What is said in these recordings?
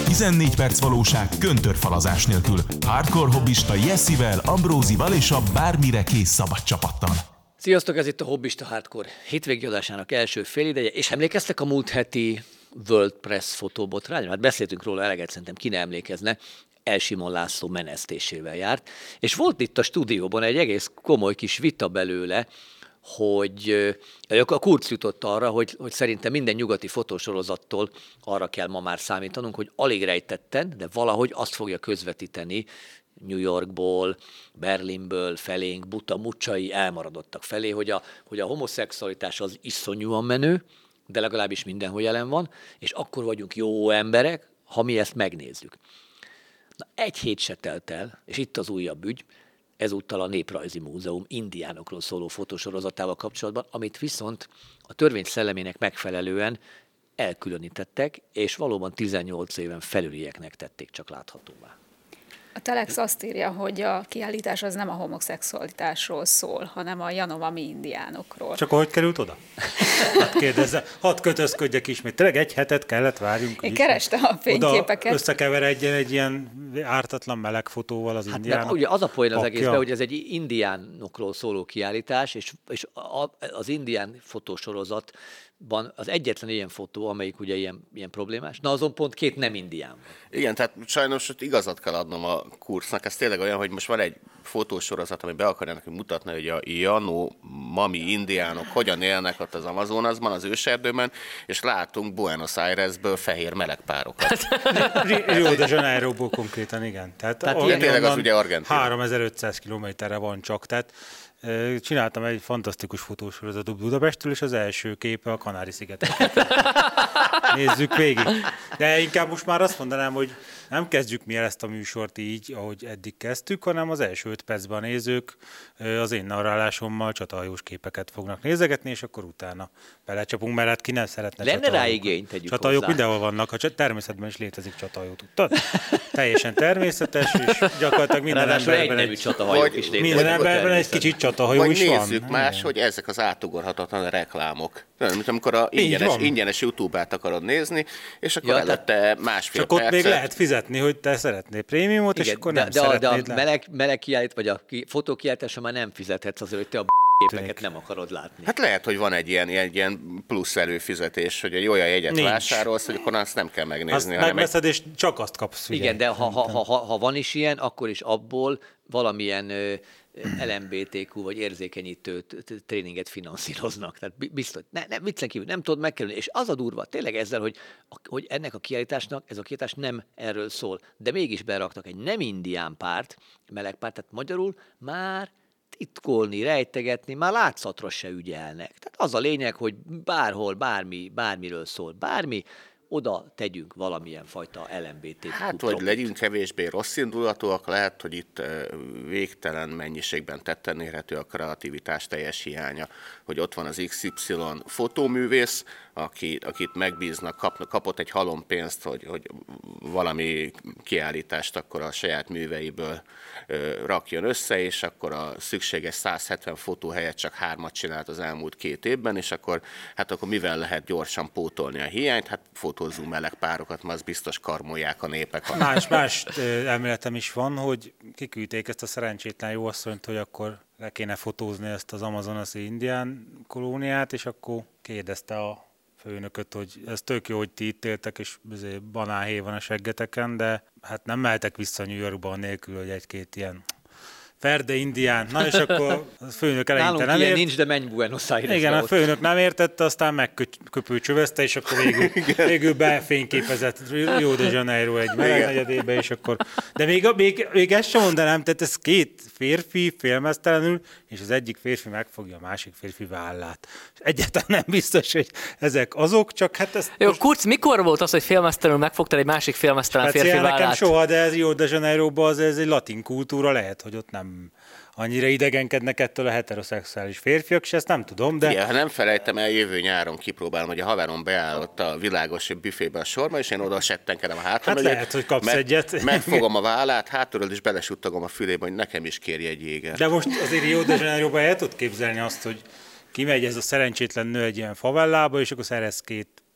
14 perc valóság köntörfalazás nélkül. Hardcore hobbista Jessivel, Ambrózival és a bármire kész szabad csapattal. Sziasztok, ez itt a Hobbista Hardcore hétvégi adásának első félideje, és emlékeztek a múlt heti World Press fotóbotrányra? Hát beszéltünk róla eleget, szerintem ki ne emlékezne. Elsimon László menesztésével járt, és volt itt a stúdióban egy egész komoly kis vita belőle, hogy a Kurz jutott arra, hogy szerintem minden nyugati fotósorozattól arra kell ma már számítanunk, hogy alig rejtetten, de valahogy azt fogja közvetíteni New Yorkból, Berlinből felénk, buta mucsai elmaradottak felé, hogy a homoszexualitás az iszonyúan menő, de legalábbis mindenhol jelen van, és akkor vagyunk jó emberek, ha mi ezt megnézzük. Na, egy hét se telt el, és itt az újabb ügy, ezúttal a Néprajzi Múzeum indiánokról szóló fotósorozatával kapcsolatban, amit viszont a törvény szellemének megfelelően elkülönítettek, és valóban 18 éven felülieknek tették csak láthatóvá. A Telex azt írja, hogy a kiállítás az nem a homoszexualitásról szól, hanem a Yanomami indiánokról. Csak ahogy került oda? Hadd kötözködjek ismét. Tényleg egy hetet kellett várjunk. Én kerestem a fényképeket. Oda összekeveredjen egy ilyen ártatlan meleg fotóval az indiánok. Ugye az a poén az egészben, hogy ez egy indiánokról szóló kiállítás, és az indián fotósorozatban az egyetlen ilyen fotó, amelyik ugye ilyen problémás, na azon pont két nem indián van. Igen, tehát sajnos igazat kell adnom a Kurznak. Ez tényleg olyan, hogy most van egy fotósorozat, ami be akarják mutatni, hogy a Yanomami indiánok hogyan élnek ott az Amazonasban, az őserdőben, és látunk Buenos Airesből fehér melegpárokat. Rio de Janeiroból konkrétan, igen. Tehát tényleg az ugye Argentína. 3500 kilométerre van csak, tehát csináltam egy fantasztikus fotósorozatot Budapestről, és az első képe a Kanári-szigetek. Nézzük végig. De inkább most már azt mondanám, hogy nem kezdjük mi el ezt a műsort így, ahogy eddig kezdtük, hanem az első 5 percben a nézők az én narrálásommal csatahajós képeket fognak nézegetni, és akkor utána belecsapunk, mert hát ki nem szeretne lenne rá igény, tegyük csatahajók hozzá. Mindenhol vannak, a természetben is létezik csatahajó, tudtad? Teljesen természetes, és gyakorlatilag minden emberben egy kicsit csatahajó is van. Vagy nézzük más, hogy ezek az átugorhatatlan reklámok. Mint amikor a ingyenes YouTube-át akarod nézni, és akkor előtte másfél csak ott még lehet fizetni, hogy te szeretnél prémiumot, és akkor nem szeretnéd. De a meleg kiállít, vagy a fotókiállításra már nem fizethetsz azért, hogy te a képeket nem akarod látni. Hát lehet, hogy van egy ilyen plusz előfizetés, hogy egy olyan jegyet vásárolsz, hogy akkor azt nem kell megnézni. Azt megveszed, és csak azt kapsz. Igen, de ha van is ilyen, akkor is abból valamilyen LMBTQ vagy érzékenyítő tréninget finanszíroznak. Tehát biztos, nem viccen kívül, nem tudod megkerülni. És az a durva, tényleg ezzel, hogy ennek a kiállításnak, ez a kiállítás nem erről szól, de mégis beraktak egy nem indián párt, meleg párt, tehát magyarul már titkolni, rejtegetni, már látszatra se ügyelnek. Tehát az a lényeg, hogy bárhol, bármiről szól, bármi, oda tegyünk valamilyen fajta LMBTQ. Hát, hogy legyünk kevésbé rosszindulatúak, lehet, hogy itt végtelen mennyiségben tetten érhető a kreativitás teljes hiánya, hogy ott van az XY fotóművész, akit megbíznak, kapott egy halompénzt, hogy valami kiállítást akkor a saját műveiből rakjon össze, és akkor a szükséges 170 fotó helyett csak 3 csinált az elmúlt 2 évben, és akkor mivel lehet gyorsan pótolni a hiányt? Hát fotózzunk meleg párokat, mert az biztos karmolják a népek. Más elméletem is van, hogy kiküldték ezt a szerencsétlen jóasszonyt, hogy akkor le kéne fotózni ezt az amazonasi indián kolóniát, és akkor kérdezte a főnököt, hogy ez tök jó, hogy ti itt éltek, és banánhéj van a seggeteken, de hát nem mehetek vissza New Yorkba nélkül, hogy egy-két ilyen ferde indián. Na és akkor a főnök eleinte nem ért. Nincs, de menj Buenos Airesbe. Igen, a főnök nem értette, aztán megköpőcsövezte, és akkor végül befényképezett Rio de Janeiro egy melegnegyedébe, és akkor... De még ezt sem mondanám, tehát ez 2 férfi félmeztelenül, és az egyik férfi megfogja a másik férfi vállát. És egyáltalán nem biztos, hogy ezek azok, csak hát ez... Jó, Kurz, mikor volt az, hogy félmeztelenül megfogtad egy másik félmeztelen férfi vállát? Nekem soha, de ez Rio de Janeiroban ez egy latin kultúra, lehet, hogy ott nem annyira idegenkednek ettől a heteroszexuális férfiak, és ezt nem tudom, de... Igen, ha nem felejtem el, jövő nyáron kipróbálom, hogy a haverom beállott a világos büfébe a sorba, és én oda settenkedem a hátam hát lehet, hogy kapsz egyet. Megfogom a vállát, hátulról is belesuttagom a fülébe, hogy nekem is kérje egy jéger. De most azért Rio de Janeiroban el tud képzelni azt, hogy kimegy ez a szerencsétlen nő egy ilyen favellába, és akkor szerez 2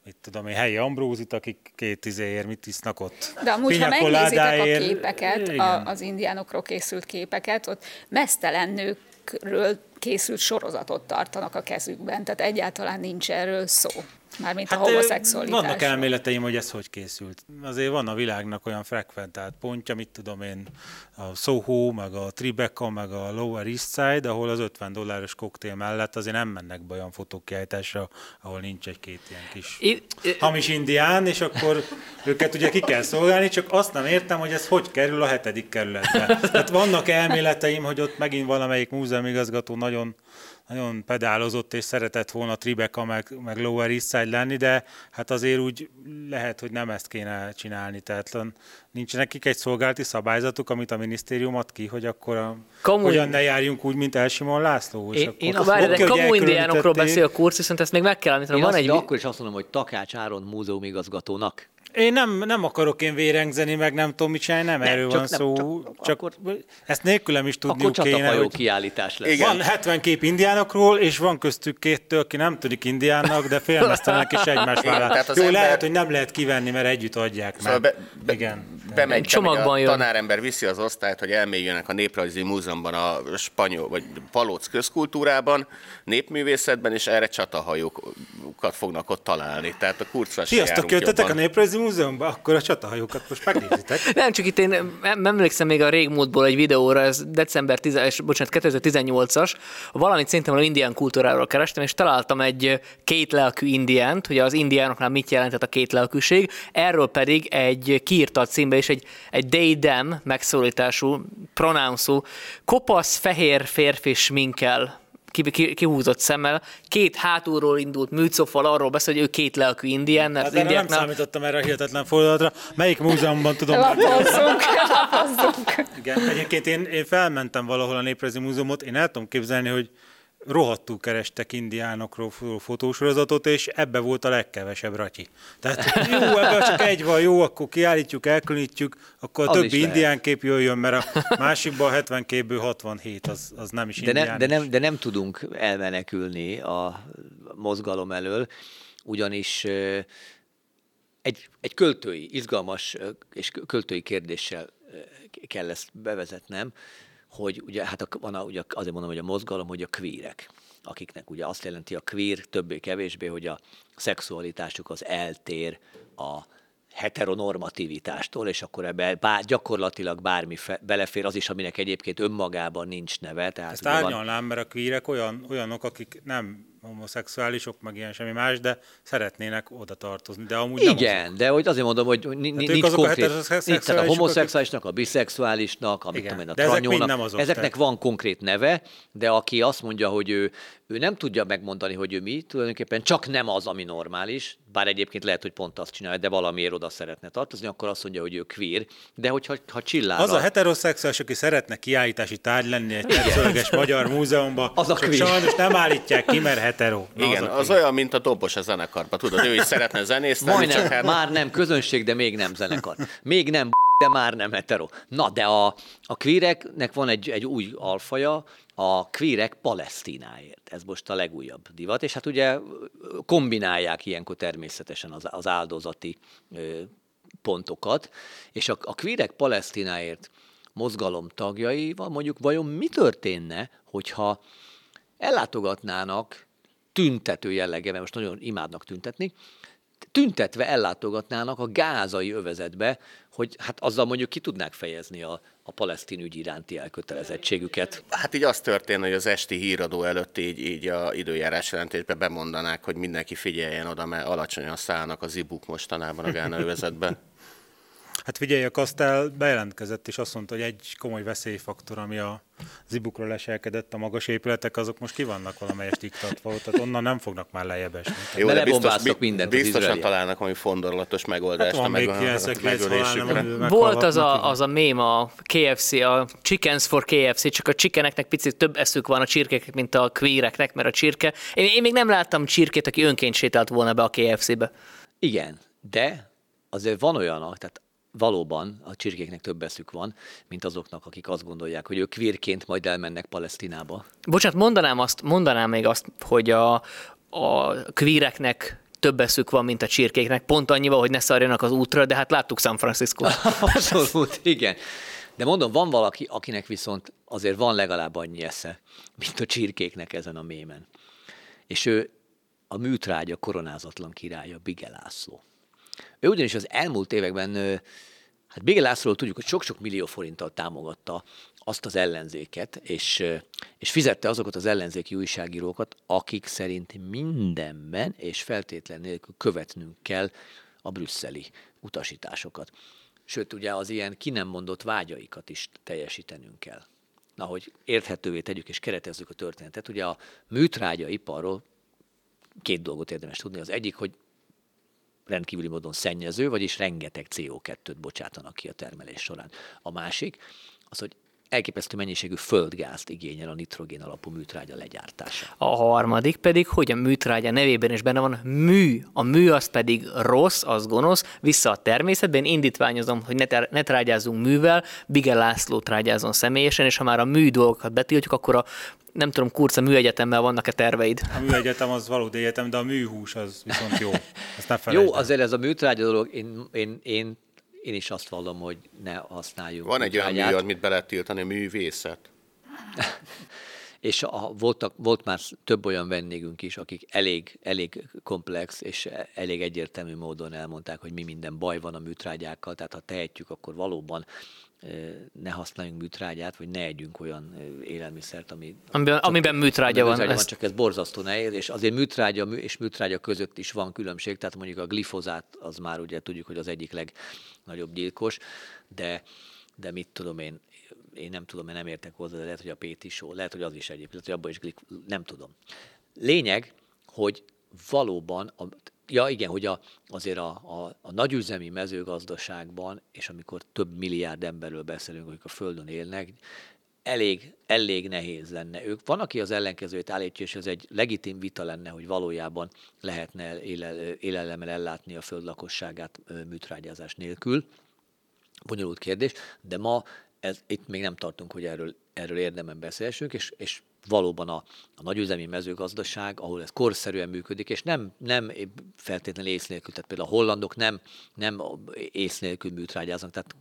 mit tudom én, helyi Ambrózit, akik 2 izéért mit isznak ott. De amúgy, ha megnézitek a képeket, igen. az indiánokról készült képeket, ott meztelen nőkről készült sorozatot tartanak a kezükben, tehát egyáltalán nincs erről szó. Mármint a homoszexualitásról. Vannak elméleteim, hogy ez hogy készült. Azért van a világnak olyan frekventált pontja, mit tudom én, a Soho, meg a Tribeca, meg a Lower East Side, ahol az $50 koktél mellett azért nem mennek be olyan fotókiállításra, ahol nincs egy-két ilyen kis hamis indián, és akkor őket ugye ki kell szolgálni, csak azt nem értem, hogy ez hogy kerül a 7. kerületbe. Tehát vannak elméleteim, hogy ott megint valamelyik múzeumigazgató nagyon pedálozott és szeretett volna Tribeca meg Lower East Side lenni, de hát azért úgy lehet, hogy nem ezt kéne csinálni. Tehát nincs nekik egy szolgálati szabályzatuk, amit a minisztérium ad ki, hogy akkor hogyan ne járjunk úgy, mint Elsimon László. Én kamu indiánokról beszél a Kurz, viszont ezt még meg kell említeni. Akkor is azt mondom, hogy Takács Áron múzeumigazgatónak. Én nem akarok vérengzeni, meg nem tudom mit csinálni, nem erről van szó. Csak ezt nélkülem is tudniuk kéne. Akkor csatahajó kiállítás lesz. Van 70 kép indiánokról, és van köztük 2, aki nem tudik indiánnak, de félmeztelenek is egymás vállát. Jó, lehet, hogy nem lehet kivenni, mert együtt adják szóval meg. Igen. Bemegy, csomagban a tanárember viszi az osztályt, hogy elmélyüljenek a Néprajzi Múzeumban, a spanyol vagy palóc közkultúrában, népművészetben, és erre csatahajókat fognak ott találni. Tehát a Kurzra se Sziasztok, jöttetek a Néprajzi Múzeumba? Akkor a csatahajókat most megnézitek. Nem, csak itt én emlékszem még a régmúltból egy videóra, ez december 2018-as, valamit szerintem az indián kultúráról kerestem, és találtam egy kétlelkű indiánt, hogy az indiánoknál mit jelentett a kétlelkűség, erről pedig kiírta a címbe is egy they them megszólítású, pronounsú, kopasz fehér férfi sminkkel, kihúzott szemmel, 2 hátulról indult műcofal arról beszél, hogy ő kétlelkű indián. Hát nem számítottam erre a hihetetlen fordulatra. Melyik múzeumban tudom? Lapozzunk. Igen, egyébként én felmentem valahol a Néprajzi Múzeumot, én el tudom képzelni, hogy rohadtul kerestek indiánokról fotósorozatot, és ebbe volt a legkevesebb ratyi. Tehát jó, ebben csak egy van, jó, akkor kiállítjuk, elkülönítjük, akkor a többi indián kép jöjjön, mert a másikban 70 képből 67, az nem is indián. De nem tudunk elmenekülni a mozgalom elől, ugyanis egy költői, izgalmas és költői kérdéssel kell ezt bevezetnem, hogy ugye, hát ugye azért mondom, hogy a mozgalom, hogy a queerek, akiknek ugye azt jelenti a queer többé-kevésbé, hogy a szexualitásuk az eltér a heteronormativitástól, és akkor ebbe gyakorlatilag bármi belefér, az is, aminek egyébként önmagában nincs neve. Tehát ezt árnyalnám, mert a queerek olyanok, akik nem homoszexuálisok, meg ilyen semmi más, de szeretnének oda tartozni. De amúgy igen, nem de hogy azért mondom, hogy nincs konkrét. Tehát a homoszexuálisnak, a biszexuálisnak, amit tudom én, a tranyónak, ezeknek van konkrét neve, de aki azt mondja, hogy ő nem tudja megmondani, hogy ő mi, tulajdonképpen csak nem az, ami normális, bár egyébként lehet, hogy pont azt csinálja, de valamiért oda szeretne tartozni, akkor azt mondja, hogy ő queer, de hogyha csillárra... Az a heteroszexuális, aki szeretne kiállítási tárgy lenni egy tetszőleges magyar múzeumban, az a csak sajnos nem állítják ki, mert hetero. Igen, az olyan, mint a dobos a zenekarban, tudod, ő is szeretne zenészteni. Majdnem, csak már nem közönség, de még nem zenekar. Még nem de már nem hetero. Na, de a queereknek van egy új alfaja, a queerek Palesztináért. Ez most a legújabb divat, és hát ugye kombinálják ilyenkor természetesen az áldozati pontokat, és a queerek Palesztináért mozgalom tagjaival mondjuk vajon mi történne, hogyha ellátogatnának tüntető jelleggel, mert most nagyon imádnak tüntetni, tüntetve ellátogatnának a gázai övezetbe, hogy hát azzal mondjuk ki tudnák fejezni a palesztin ügy iránti elkötelezettségüket. Hát így az történne, hogy az esti híradó előtt így a időjárás jelentésben bemondanák, hogy mindenki figyeljen oda, mert alacsonyan szállnak az ibuk mostanában a Gána övezetben. Hát figyelj, a Kasztál bejelentkezett, és azt mondta, hogy egy komoly veszélyfaktor, ami az ibukról leselkedett, a magas épületek, azok most ki vannak valamelyest iktatva, tehát onnan nem fognak már lejjebb esni. Jó, de biztosan találnak valami fondorlatos megoldást hát a megölésükre. Volt az a mém, a KFC, a Chickens for KFC, csak a chickeneknek picit több eszük van a csirkéknek, mint a queereknek, mert a csirke... Én még nem láttam csirkét, aki önként sétált volna be a KFC-be. Igen, de azért van olyan, tehát valóban a csirkéknek több eszük van, mint azoknak, akik azt gondolják, hogy ők queerként majd elmennek Palesztinába. Bocsánat, mondanám még azt, hogy a queereknek több eszük van, mint a csirkéknek, pont annyival, hogy ne szarjanak az útra, de hát láttuk San Franciscót. Abszolút, igen. De mondom, van valaki, akinek viszont azért van legalább annyi esze, mint a csirkéknek ezen a mémen. És ő a műtrágya koronázatlan királya, Bige László. Ő ugyanis az elmúlt években, hát Bige Lászlóról tudjuk, hogy sok-sok millió forinttal támogatta azt az ellenzéket, és fizette azokat az ellenzéki újságírókat, akik szerint mindenben és feltétlen nélkül követnünk kell a brüsszeli utasításokat. Sőt, ugye az ilyen ki nem mondott vágyaikat is teljesítenünk kell. Na, hogy érthetővé tegyük és keretezzük a történetet. Ugye a műtrágyaiparról 2 dolgot érdemes tudni. Az egyik, hogy rendkívüli módon szennyező, vagyis rengeteg CO2-t bocsátanak ki a termelés során. A másik, az, hogy elképesztő mennyiségű földgázt igényel a nitrogén alapú műtrágya legyártása. A harmadik pedig, hogy a műtrágya nevében is benne van mű. A mű az pedig rossz, az gonosz, vissza a természetbe. Én indítványozom, hogy ne trágyázzunk művel, Bige László trágyázon személyesen, és ha már a mű dolgokat betiltjuk, akkor a nem tudom, Kurca műegyetemmel vannak-e terveid? A műegyetem az valódi egyetem, de a műhús az viszont jó. Ezt ne felejtsd. Jó, azért ez a műtrágya dolog, én is azt vallom, hogy ne használjuk. Van egy olyan mű, amit be lehet tiltani, a művészet. És volt már több olyan vendégünk is, akik elég komplex és elég egyértelmű módon elmondták, hogy mi minden baj van a műtrágyákkal, tehát ha tehetjük, akkor valóban ne használjunk műtrágyát, vagy ne együnk olyan élelmiszert, amiben műtrágya van. Csak ez borzasztó nehéz, és azért műtrágya és műtrágya között is van különbség, tehát mondjuk a glifozát, az már ugye tudjuk, hogy az egyik legnagyobb gyilkos, de mit tudom én nem tudom, mert nem értek hozzá, de lehet, hogy a PétiShow, lehet, hogy az is egyébként, hogy abban is nem tudom. Lényeg, hogy valóban, hogy azért a nagyüzemi mezőgazdaságban, és amikor több milliárd emberről beszélünk, akik a Földön élnek, elég nehéz lenne. Van, aki az ellenkezőjét állítja, és ez egy legitim vita lenne, hogy valójában lehetne élelemmel ellátni a föld lakosságát műtrágyázás nélkül. Bonyolult kérdés, de ma itt még nem tartunk, hogy erről érdemben beszélsünk, és valóban a nagyüzemi mezőgazdaság, ahol ez korszerűen működik, és nem feltétlenül ész nélkül, tehát például a hollandok nem ész nélkül műtrágyáznak, tehát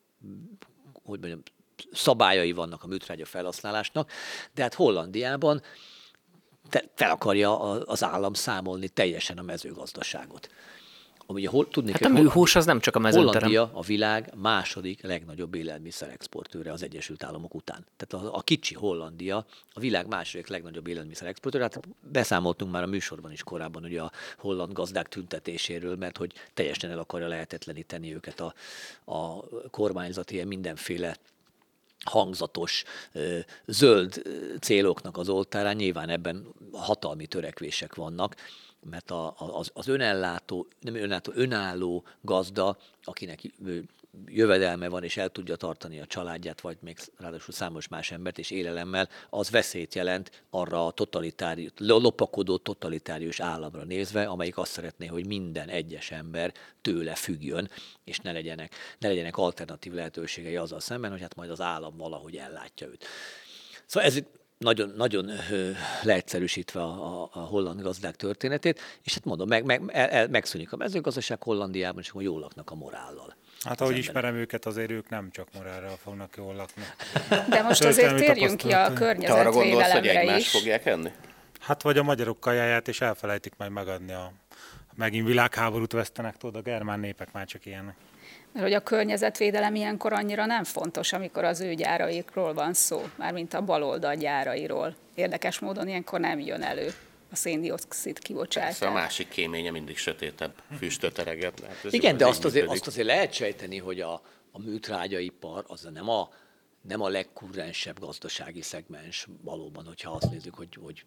hogy mondjam, szabályai vannak a műtrágya felhasználásnak, de hát Hollandiában fel akarja az állam számolni teljesen a mezőgazdaságot. Hát a műhús az nem csak a mezőterem. Hollandia a világ második legnagyobb élelmiszer exportőre az Egyesült Államok után. Tehát a kicsi Hollandia a világ második legnagyobb élelmiszer exportőre. Hát beszámoltunk már a műsorban is korábban ugye a holland gazdák tüntetéséről, mert hogy teljesen el akarja lehetetleníteni őket a kormányzat ilyen mindenféle hangzatos, zöld céloknak az oltárán. Nyilván ebben hatalmi törekvések vannak, mert az önálló gazda, akinek jövedelme van, és el tudja tartani a családját, vagy még ráadásul számos más embert, és élelemmel, az veszélyt jelent arra a lopakodó totalitárius államra nézve, amelyik azt szeretné, hogy minden egyes ember tőle függjön, és ne legyenek alternatív lehetőségei azzal szemben, hogy hát majd az állam valahogy ellátja őt. Szóval ez nagyon, nagyon leegyszerűsítve a holland gazdák történetét, és hát mondom, megszűnik a mezőgazdaság Hollandiában, és akkor jól laknak a morállal. Hát ahogy ismerem őket, azért ők nem csak morálra fognak jól lakni. De most azért térjünk ki a környezetvédelemre is. Egymást fogják enni? Hát vagy a magyarok kajáját, és elfelejtik majd megadni megint világháborút vesztenek, tudod, a germán népek már csak ilyenek. Mert hogy a környezetvédelem ilyenkor annyira nem fontos, amikor az ő gyáraikról van szó, mármint a baloldal gyárairól. Érdekes módon ilyenkor nem jön elő a szén-dioxid kibocsátás. Persze a másik kéménye mindig sötétebb, füstöt ereget. Hát igen, de azt azért lehet sejteni, hogy a műtrágyaipar az nem a legkurrensebb gazdasági szegmens valóban, hogyha azt nézzük, hogy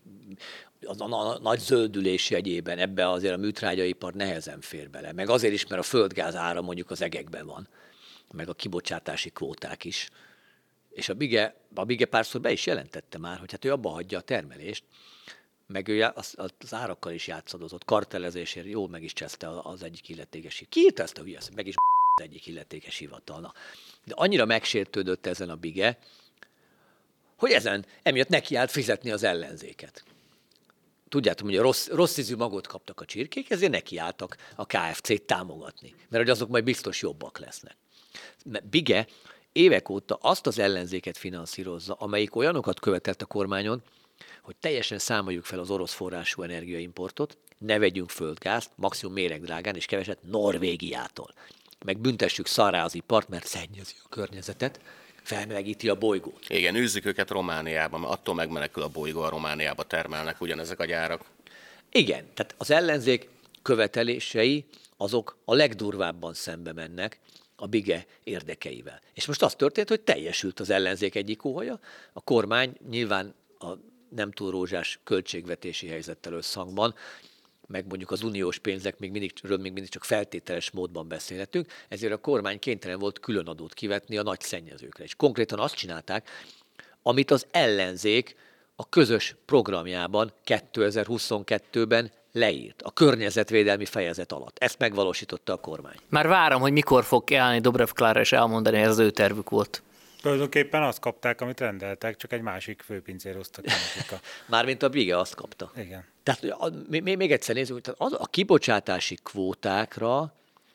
a nagy zöldülés jegyében ebbe azért a műtrágyaipar nehezen fér bele. Meg azért is, mert a földgáz ára mondjuk az egekben van, meg a kibocsátási kvóták is. És a Bige párszor be is jelentette már, hogy hát ő abba hagyja a termelést, meg ő az árakkal is játszadozott, kartelezésért jól meg is cseszte az egyik illetékes. Ki írta ezt a hülyeszt? Meg is az egyik illetékes hivatalna. De annyira megsértődött ezen a Bige, hogy emiatt neki állt fizetni az ellenzéket. tudjátok, hogy a rossz ízű magot kaptak a csirkék, ezért nekiálltak a KFC-t támogatni, mert hogy azok majd biztos jobbak lesznek. Bige évek óta azt az ellenzéket finanszírozza, amelyik olyanokat követelt a kormányon, hogy teljesen számoljuk fel az orosz forrású energiaimportot, ne vegyünk földgázt, maximum méregdrágán és keveset Norvégiától. Meg büntessük szarrá az ipart, mert szennyezi a környezetet, felmelegíti a bolygót. Igen, űzzük őket Romániába, mert attól megmenekül a bolygó, a Romániába termelnek ugyanezek a gyárak. Igen, tehát az ellenzék követelései azok a legdurvábban szembe mennek a Bige érdekeivel. És most az történt, hogy teljesült az ellenzék egyik óhaja, a kormány nyilván a nem túl rózsás költségvetési helyzettel összhangban, meg mondjuk az uniós pénzek még mindig csak feltételes módban beszélhetünk, ezért a kormány kénytelen volt különadót kivetni a nagy szennyezőkre. És konkrétan azt csinálták, amit az ellenzék a közös programjában 2022-ben leírt, a környezetvédelmi fejezet alatt. Ezt megvalósította a kormány. Már várom, hogy mikor fog állni Dobrev Klára és elmondani, hogy ez az ő tervük volt. Tulajdonképpen azt kapták, amit rendeltek, csak egy másik főpincér hoztak nekik. Mármint a Bige azt kapta. Igen. Tehát még egyszer nézzük, a kibocsátási kvótákra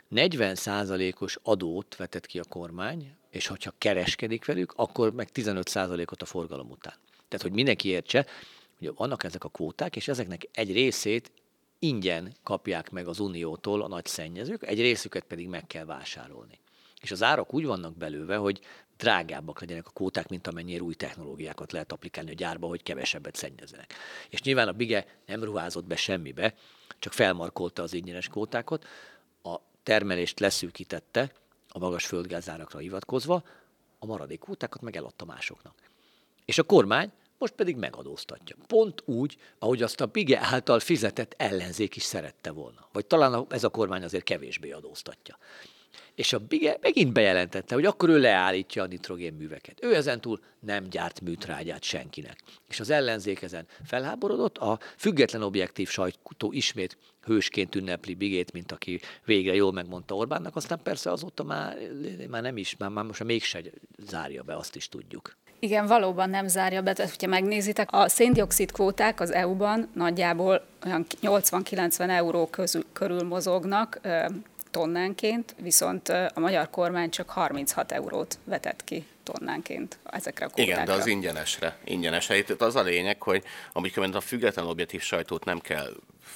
40%-os adót vetett ki a kormány, és hogyha kereskedik velük, akkor meg 15%-ot a forgalom után. Tehát, hogy mindenki értse, hogy vannak ezek a kvóták, és ezeknek egy részét ingyen kapják meg az Uniótól a nagy szennyezők, egy részüket pedig meg kell vásárolni. És az árak úgy vannak belőve, hogy drágábbak legyenek a kvóták, mint amennyire új technológiákat lehet applikálni a gyárba, hogy kevesebbet szennyezenek. És nyilván a Bige nem ruházott be semmibe, csak felmarkolta az ingyenes kvótákat, a termelést leszűkítette a magas földgázárakra hivatkozva, a maradék kvótákat meg eladta másoknak. És a kormány most pedig megadóztatja. Pont úgy, ahogy azt a Bige által fizetett ellenzék is szerette volna. Vagy talán ez a kormány azért kevésbé adóztatja. És a Bige megint bejelentette, hogy akkor ő leállítja a nitrogénműveket. Ő ezentúl nem gyárt műtrágyát senkinek. És az ellenzék ezen felháborodott, a független objektív sajtó ismét hősként ünnepli Bigét, mint aki végre jól megmondta Orbánnak, aztán persze azóta már nem is, már most mégse zárja be, azt is tudjuk. Igen, valóban nem zárja be, tehát hogyha megnézitek, a széndioxid kvóták az EU-ban nagyjából olyan 80-90 euró körül mozognak tonnánként, viszont a magyar kormány csak 36 eurót vetett ki tonnánként ezekre a kvótákra. Igen, de az ingyenesre. Itt az a lényeg, hogy amikor a független objektív sajtót nem kell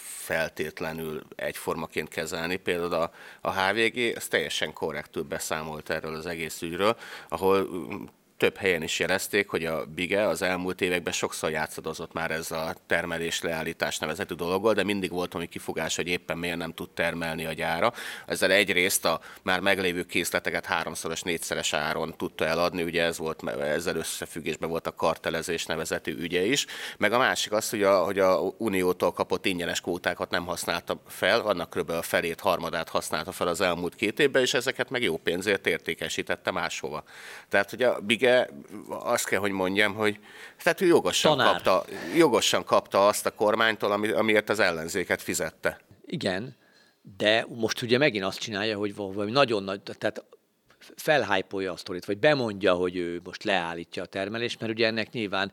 feltétlenül egyformaként kezelni. Például a HVG ez teljesen korrektül beszámolt erről az egész ügyről, ahol több helyen is jelezték, hogy a Bige az elmúlt években sokszor játszadozott már ezzel a termelés leállítás nevezetű dologgal, de mindig volt valami kifogás, hogy éppen miért nem tud termelni a gyára. Ezzel egyrészt a már meglévő készleteket 3-szoros, 4-szeres áron tudta eladni, ugye ezzel összefüggésben volt a kartelezés nevezetű ügye is. Meg a másik az, hogy a Uniótól kapott ingyenes kvótákat nem használta fel, annak kb. A felét, harmadát használta fel az elmúlt 2 évben, és ezeket meg jó pénzért értékesítette máshova. Tehát, hogy a Bige azt kell, hogy mondjam, hogy tehát ő jogosan kapta azt a kormánytól, amiért az ellenzéket fizette. Igen, de most ugye megint azt csinálja, hogy valami nagyon nagy, tehát felhájpolja a sztorit, vagy bemondja, hogy ő most leállítja a termelést, mert ugye ennek nyilván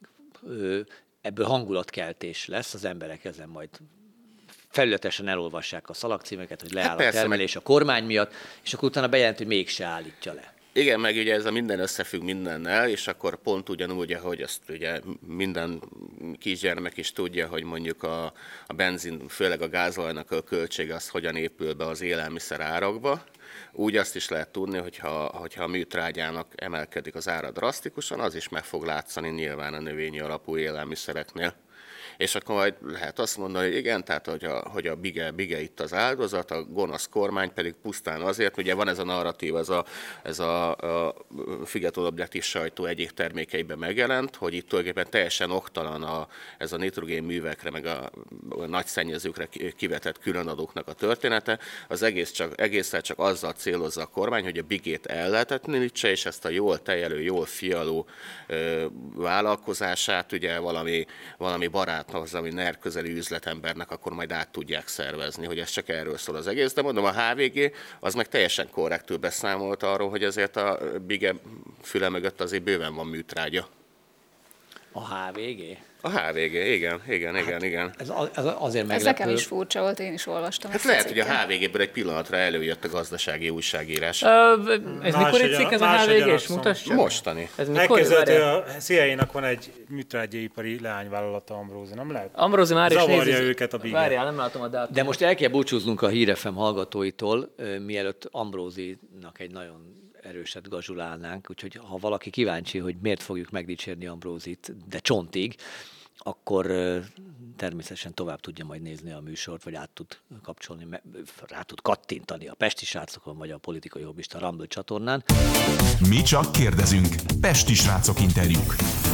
ebből hangulatkeltés lesz, az emberek ezen majd felületesen elolvassák a szalagcímeket, hogy leáll a termelés a kormány miatt, és akkor utána bejelent, hogy mégse állítja le. Igen, meg ugye ez a minden összefügg mindennel, és akkor pont ugyanúgy, ahogy azt ugye minden kisgyermek is tudja, hogy mondjuk a benzin, főleg a gázolajnak a költsége az hogyan épül be az élelmiszer árakba, úgy azt is lehet tudni, hogyha a műtrágyának emelkedik az ára drasztikusan, az is meg fog látszani nyilván a növényi alapú élelmiszereknél. És akkor majd lehet azt mondani, hogy igen, tehát hogy a Bige itt az áldozat, a gonosz kormány pedig pusztán azért, ugye van ez a narratív, ez a független objektív sajtó egyik termékeiben megjelent, hogy itt tulajdonképpen teljesen oktalan ez a nitrogén művekre, meg a nagy szennyezőkre kivetett különadóknak a története. Az egészen csak azzal célozza a kormány, hogy a Bigét ellehetetlenítse, és ezt a jól tejelő, jól fialó vállalkozását, ugye valami baráthoz, ami NER közeli üzletembernek, akkor majd át tudják szervezni, hogy ez csak erről szól az egész. De mondom, a HVG az meg teljesen korrektül beszámolt arról, hogy azért a Bige füle mögött azért bőven van műtrágya. A HVG? A HVG, igen. Ez azért meglepő. Ez nekem is furcsa volt, én is olvastam. Hát lehet, hogy a HVG-ből egy pillanatra előjött a gazdasági újságírás. Ez mikor egy cikk, ez a HVG-s? Mutassa? Mostani. Ez mikor? Elképzelhető, a CIA-nak van egy műtrágyaipari leányvállalata, Ambrózi, nem lehet? Ambrózi már is zavarja őket a bíger. Várjál, nem látom a dátumot. De most el kell búcsúznunk a Hír FM hallgatóitól, mielőtt Ambrózinak egy nagyon erőset gazsulálnánk, úgyhogy ha valaki kíváncsi, hogy miért fogjuk megdicsérni Ambrózit, de csontig, akkor természetesen tovább tudja majd nézni a műsort, vagy át tud kapcsolni, rá tud kattintani a Pesti Srácokon, vagy a Politikai Hobbista Rumble csatornán. Mi csak kérdezünk. Pesti Srácok interjúk.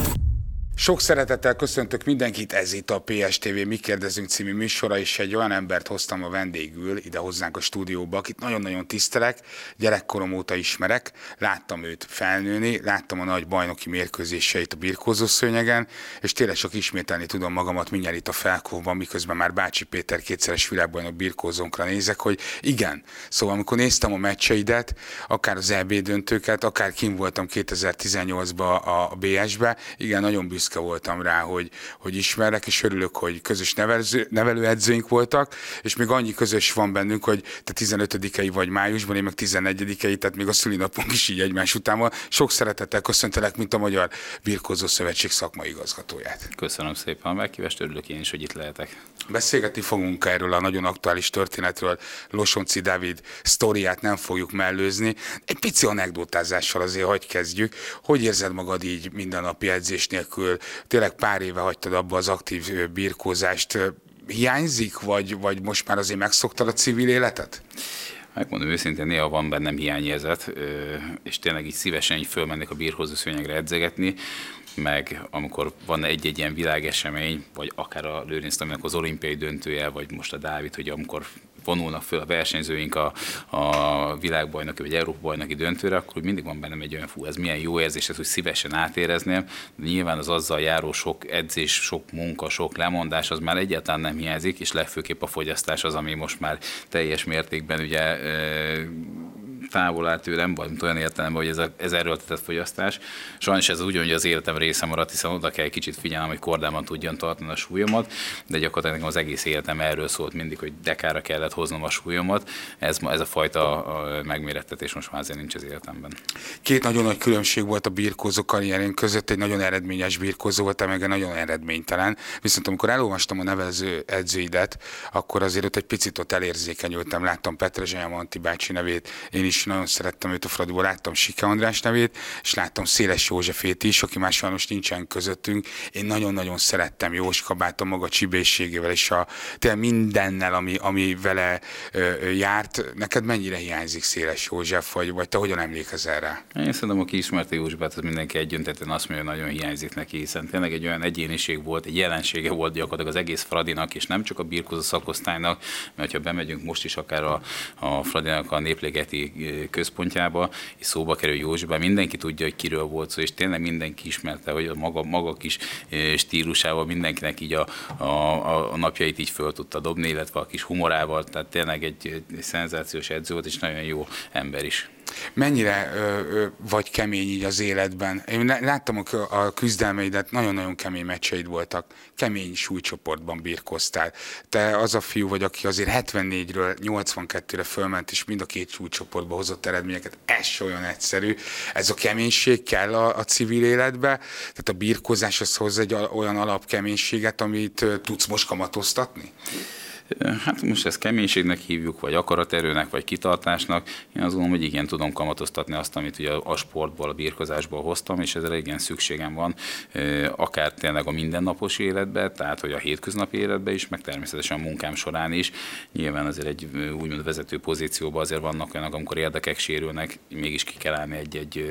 Sok szeretettel köszöntök mindenkit, ez itt a PSTV Mi kérdezünk című műsora, és egy olyan embert hoztam a vendégül ide hozzánk a stúdióba, akit nagyon-nagyon tisztelek, gyerekkorom óta ismerek, láttam őt felnőni, láttam a nagy bajnoki mérkőzéseit a birkózószőnyegen, és tényleg csak ismételni tudom magamat mindjárt itt a Felkóban, miközben már Bácsi Péter kétszeres világbajnok birkózónkra nézek, hogy igen. Szóval amikor néztem a meccseidet, akár az EB döntőket, akár kim voltam 2018-ban a BS-be, igen, nagyon büszke voltam rá, hogy ismerek, és örülök, hogy közös nevelőedzőink voltak, és még annyi közös van bennünk, hogy te 15-ei vagy májusban, én meg 14-ei, tehát még a szülinapunk is így egymás után van. Sok szeretettel köszöntelek, mint a Magyar Birkózó Szövetség szakmai igazgatóját. Köszönöm szépen a meghívást, örülök én is, hogy itt lehetek. Beszélgetni fogunk erről a nagyon aktuális történetről, Losonczy Dávid sztoriát nem fogjuk mellőzni. Egy pici anekdotázással azért hagyj kezdjük. Hogy érzed magad így mindennapi edzés nélkül? Tényleg pár éve hagytad abba az aktív birkózást. Hiányzik, vagy most már azért megszoktad a civil életet? Megmondom őszintén, néha van bennem hiányérzet, és tényleg így szívesen így fölmennék a birkózószőnyegre edzegetni, meg amikor van egy-egy ilyen világesemény, vagy akár a Lőrinc Tominak az olimpiai döntője, vagy most a Dávid, hogy amikor vonulnak föl a versenyzőink a világbajnoki vagy Európa-bajnoki döntőre, akkor mindig van bennem egy olyan, ez milyen jó érzés, ez, hogy szívesen átérezném, de nyilván az azzal járó sok edzés, sok munka, sok lemondás, az már egyáltalán nem hiányzik, és legfőképp a fogyasztás az, ami most már teljes mértékben ugye távol áll tőlem, vagy olyan értelemben, hogy ez erőltetett fogyasztás. Sajnos ez ugyanúgy az életem része maradt, hiszen oda kell kicsit figyelnem, hogy kordában tudjon tartani a súlyomat, de gyakorlatilag nekem az egész életem erről szólt mindig, hogy dekára kellett hoznom a súlyomat. Ez a fajta megmérettetés most már azért nincs az életemben. Két nagyon nagy különbség volt a birkózó karrierén között, egy nagyon eredményes birkózó volt, meg egy nagyon eredménytelen. Viszont amikor elolvastam a nevező edzőidet, akkor azért ott egy picit ott elérzékenyültem, láttam Petre Zsajamanti bácsi nevét, én is nagyon szerettem őt a Fradiból, láttam Sike András nevét, és láttam Széles Józsefét is, aki már sajnos nincsen közöttünk. Én nagyon-nagyon szerettem Jóskabát a maga csibészségével, és tényleg mindennel, ami vele járt. Neked mennyire hiányzik Széles József, vagy te hogyan emlékezel rá? Én szerintem, aki ismerte Józsefet, az mindenki egyöntetően azt mondja, hogy nagyon hiányzik neki, hiszen tényleg egy olyan egyéniség volt, egy jelensége volt gyakorlatilag az egész Fradinak, és nem csak a birkózó szakosztálynak, mert ha bemegyünk most is akár a Fradinak a Népligeti központjába, és szóba kerül Józsefben, mindenki tudja, hogy kiről volt szó, és tényleg mindenki ismerte, hogy a maga kis stílusával mindenkinek így a napjait így föl tudta dobni, illetve a kis humorával, tehát tényleg egy szenzációs edző volt, és nagyon jó ember is. Mennyire vagy kemény így az életben? Én láttam a küzdelmeidet, nagyon-nagyon kemény meccseid voltak. Kemény súlycsoportban birkoztál. Te az a fiú vagy, aki azért 74-ről 82-re fölment, és mind a két súlycsoportba hozott eredményeket. Ez se olyan egyszerű. Ez a keménység kell a civil életbe? Tehát a birkozás az hoz egy olyan alapkeménységet, amit tudsz most kamatoztatni? Hát most ezt keménységnek hívjuk, vagy akaraterőnek, vagy kitartásnak. Én azt gondolom, hogy igen, tudom kamatoztatni azt, amit ugye a sportból, a birkozásból hoztam, és ezzel igen szükségem van, akár tényleg a mindennapos életben, tehát hogy a hétköznapi életben is, meg természetesen a munkám során is. Nyilván azért egy úgymond vezető pozícióban azért vannak olyanok, amikor érdekek sérülnek, mégis ki kell állni egy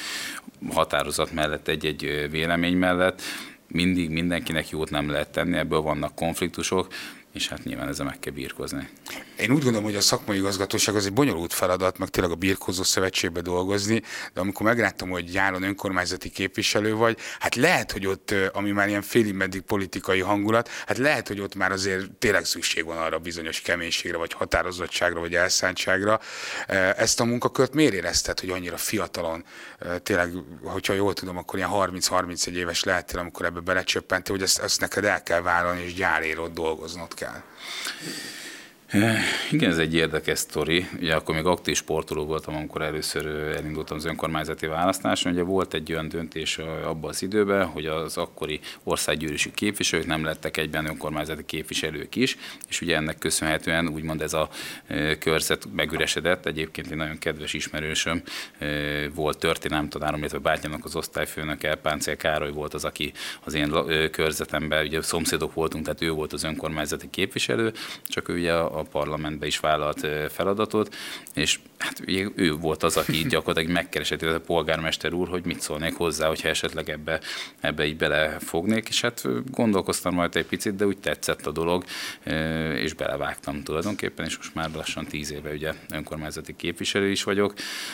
határozat mellett, egy vélemény mellett. Mindig mindenkinek jót nem lehet tenni, ebből vannak konfliktusok. és hát nyilván ezzel meg kell birkózni. Én úgy gondolom, hogy a szakmai igazgatóság az egy bonyolult feladat, meg tényleg a birkózó szövetségbe dolgozni, de amikor megláttam, hogy Gyálon önkormányzati képviselő vagy, hát lehet, hogy ott, ami már ilyen félig meddig politikai hangulat, hát lehet, hogy ott már azért tényleg szükség van arra bizonyos keménységre, vagy határozottságra, vagy elszántságra. Ezt a munkakört miért érezted, hogy annyira fiatalon, tényleg, hogyha jól tudom, akkor ilyen 30-31 éves lehettél, amikor ebbe belecsöppentél, hogy ezt neked el kell vállalni, és gyárért ott dolgoznod kell? Igen, ez egy érdekes sztori. Ugye akkor még aktív sportoló voltam, amikor először elindultam az önkormányzati választáson. Ugye volt egy olyan döntés abban az időben, hogy az akkori országgyűlési képviselők nem lettek egyben önkormányzati képviselők is, és ugye ennek köszönhetően úgymond ez a körzet megüresedett. Egyébként egy nagyon kedves ismerősöm volt történelemtanárom, illetve bátyámnak az osztályfőnöke, Páncél Károly volt az, aki az én körzetemben, ugye szomszédok voltunk, tehát ő volt az önkormányzati képviselő, csak ő ugye a parlamentbe is vállalt feladatot, és hát ő volt az, aki gyakorlatilag megkeresett, a polgármester úr, hogy mit szólnék hozzá, hogyha esetleg ebbe így belefognék, és hát gondolkoztam majd egy picit, de úgy tetszett a dolog, és belevágtam tulajdonképpen, és most már lassan 10 éve ugye önkormányzati képviselő is vagyok.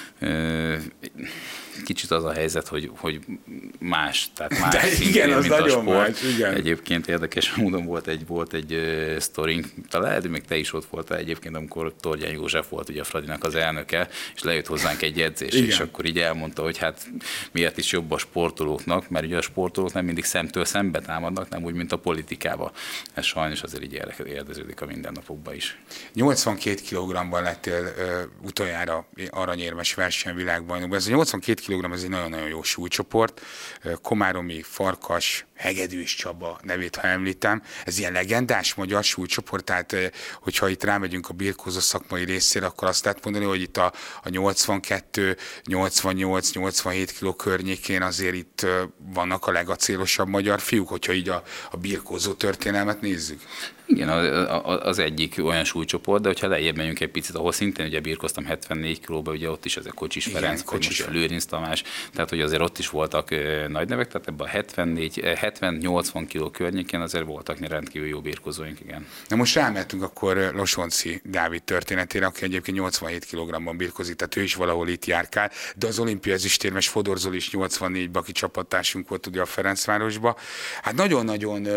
Kicsit az a helyzet, hogy más, tehát más szintén, mint a sport. Más, egyébként érdekes módon volt egy sztorink, talán lehet, hogy még te is ott voltál egyébként, amikor Tordján József volt ugye a Fradinak az elnöke, és lejött hozzánk egy edzésre, és akkor így elmondta, hogy hát miért is jobb a sportolóknak, mert ugye a sportolók nem mindig szemtől szembe támadnak, nem úgy, mint a politikában. Ez sajnos azért így érdeződik a mindennapokban is. 82 kg-ban lettél utoljára aranyérmes versenyvilágbajnokban. Ez a 82 kg, ez egy nagyon-nagyon jó súlycsoport. Komáromi, Farkas, Hegedűs Csaba nevét, ha említem. Ez ilyen legendás magyar súlycsoport, tehát hogyha itt rámegyünk a birkózó szakmai részére, akkor azt lehet mondani, hogy itt a 82, 88, 87 kg környékén azért itt vannak a legacélosabb magyar fiúk, hogyha így a birkózó történelmet nézzük. Igen, az egyik olyan súlycsoport, de hogyha lejjebb megyünk egy picit, ahol szintén ugye birkoztam 74 kilóba, ugye ott is ezek Kocsis Ferenc, Kocsis Lőrinc Tamás, tehát hogy azért ott is voltak nagy nevek, tehát ebben a 70-80 kiló környékén azért voltak rendkívül jó birkozóink, igen. Na most rámehetünk akkor Losonci Dávid történetére, aki egyébként 87 kg-ban birkozik, tehát ő is valahol itt járkál, de az olimpia ezüstérmes Fodor Zoli is 84-ben, aki csapattársunk volt ugye a Ferencvárosba. Hát nagyon-nagyon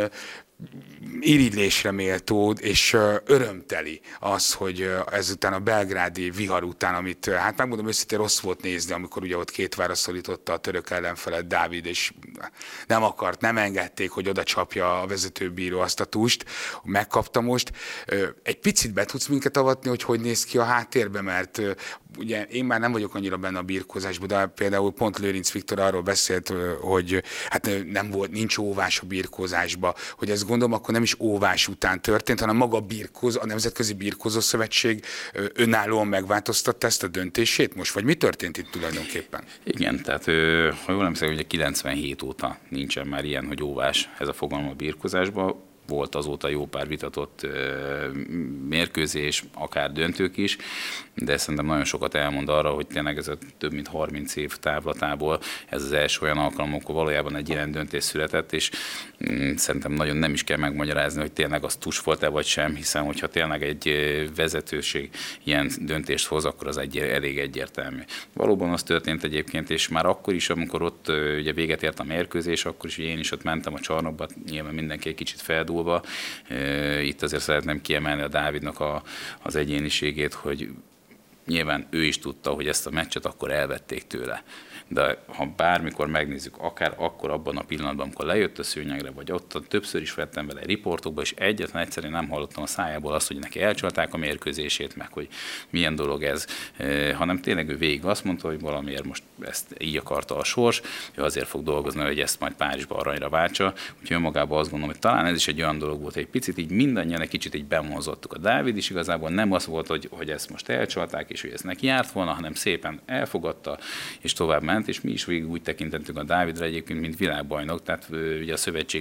irigylésre méltó és örömteli az, hogy ezután a belgrádi vihar után, amit hát megmondom őszintén rossz volt nézni, amikor ugye ott két vára szorította a török ellenfelet Dávid, és nem engedték, hogy oda csapja a vezetőbíró azt a túst, megkapta most. Egy picit be tudsz minket avatni, hogy néz ki a háttérbe, mert ugye én már nem vagyok annyira benne a birkózásban, de például pont Lőrinc Viktor arról beszélt, hogy hát nincs óvás a birkózásba, hogy ezt gondolom, akkor nem is óvás után történt, hanem maga a Nemzetközi Birkózó Szövetség önállóan megváltoztatta ezt a döntését most, vagy mi történt itt tulajdonképpen? Igen, tehát ha jól emlékszem, ugye 97 óta nincsen már ilyen, hogy óvás ez a fogalom a birkózásban. Volt azóta jó pár vitatott mérkőzés, akár döntők is, de szerintem nagyon sokat elmond arra, hogy tényleg ez a több mint 30 év távlatából ez az első olyan alkalom, amikor valójában egy ilyen döntés született, és szerintem nagyon nem is kell megmagyarázni, hogy tényleg az tus volt-e vagy sem, hiszen hogyha tényleg egy vezetőség ilyen döntést hoz, akkor az elég egyértelmű. Valóban az történt egyébként, és már akkor is, amikor ott ugye véget ért a mérkőzés, akkor is én is ott mentem a csarnokba, nyilván mindenki egy kicsit feldúl. Itt azért szeretném kiemelni a Dávidnak az egyéniségét, hogy nyilván ő is tudta, hogy ezt a meccset akkor elvették tőle. De ha bármikor megnézzük, akár akkor abban a pillanatban, amikor lejött a szőnyegre, vagy ott többször is vettem vele riportokba, és egyszerűen nem hallottam a szájából azt, hogy neki elcsalták a mérkőzését, meg hogy milyen dolog ez, hanem tényleg ő végig azt mondta, hogy valamiért most ezt így akarta a sors, ő azért fog dolgozni, hogy ezt majd Párizsba aranyra váltsa. Úgyhogy önmagában azt gondolom, hogy talán ez is egy olyan dolog volt, hogy egy picit így mindannyian egy kicsit így bemozottuk. A Dávid is igazából nem az volt, hogy ezt most elcsalták, kérdés, hogy ez neki járt volna, hanem szépen elfogadta, és tovább ment, és mi is végig úgy tekintettünk a Dávidra egyébként, mint világbajnok, tehát ugye a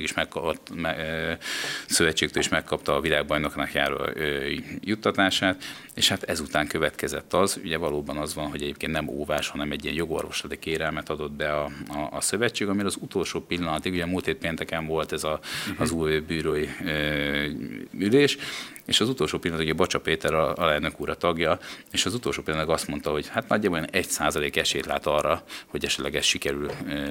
szövetségtől is megkapta a világbajnoknak járó juttatását, és hát ezután következett az, ugye valóban az van, hogy egyébként nem óvás, hanem egy ilyen jogorvoslati kérelmet adott be a szövetség, amire az utolsó pillanatig, ugye múlt hét pénteken volt ez az új bírói ülés, és az utolsó pillanatban, ugye Bacsa Péter alelnök úr a tagja, és az utolsó pillanatban azt mondta, hogy hát nagyjából 1% esélyt lát arra, hogy esetleg ez sikerül.